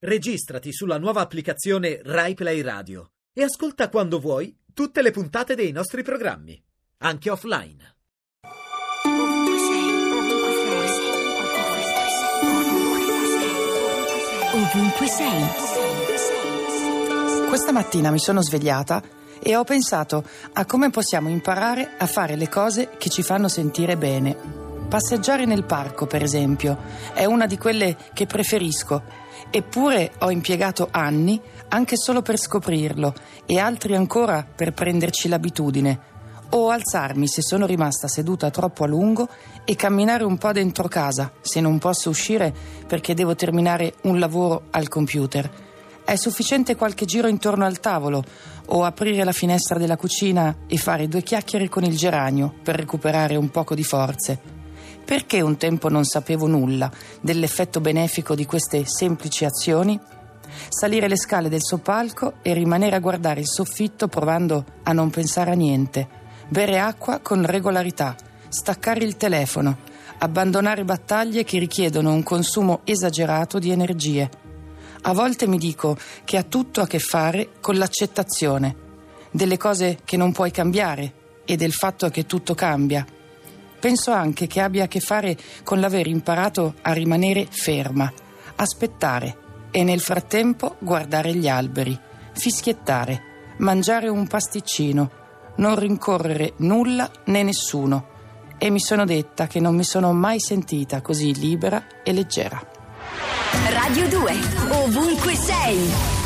Registrati sulla nuova applicazione Rai Play Radio e ascolta quando vuoi tutte le puntate dei nostri programmi, anche offline. Ovunque sei. Questa mattina mi sono svegliata e ho pensato a come possiamo imparare a fare le cose che ci fanno sentire bene. Passeggiare nel parco, per esempio, è una di quelle che preferisco, eppure ho impiegato anni anche solo per scoprirlo e altri ancora per prenderci l'abitudine. O alzarmi se sono rimasta seduta troppo a lungo e camminare un po' dentro casa se non posso uscire perché devo terminare un lavoro al computer. È sufficiente qualche giro intorno al tavolo o aprire la finestra della cucina e fare 2 chiacchiere con il geranio per recuperare un poco di forze. Perché un tempo non sapevo nulla dell'effetto benefico di queste semplici azioni? Salire le scale del soppalco e rimanere a guardare il soffitto provando a non pensare a niente, bere acqua con regolarità, staccare il telefono, abbandonare battaglie che richiedono un consumo esagerato di energie. A volte mi dico che ha tutto a che fare con l'accettazione delle cose che non puoi cambiare e del fatto che tutto cambia. Penso anche che abbia a che fare con l'aver imparato a rimanere ferma, aspettare e nel frattempo guardare gli alberi, fischiettare, mangiare un pasticcino, non rincorrere nulla né nessuno. E mi sono detta che non mi sono mai sentita così libera e leggera. Radio 2, ovunque sei.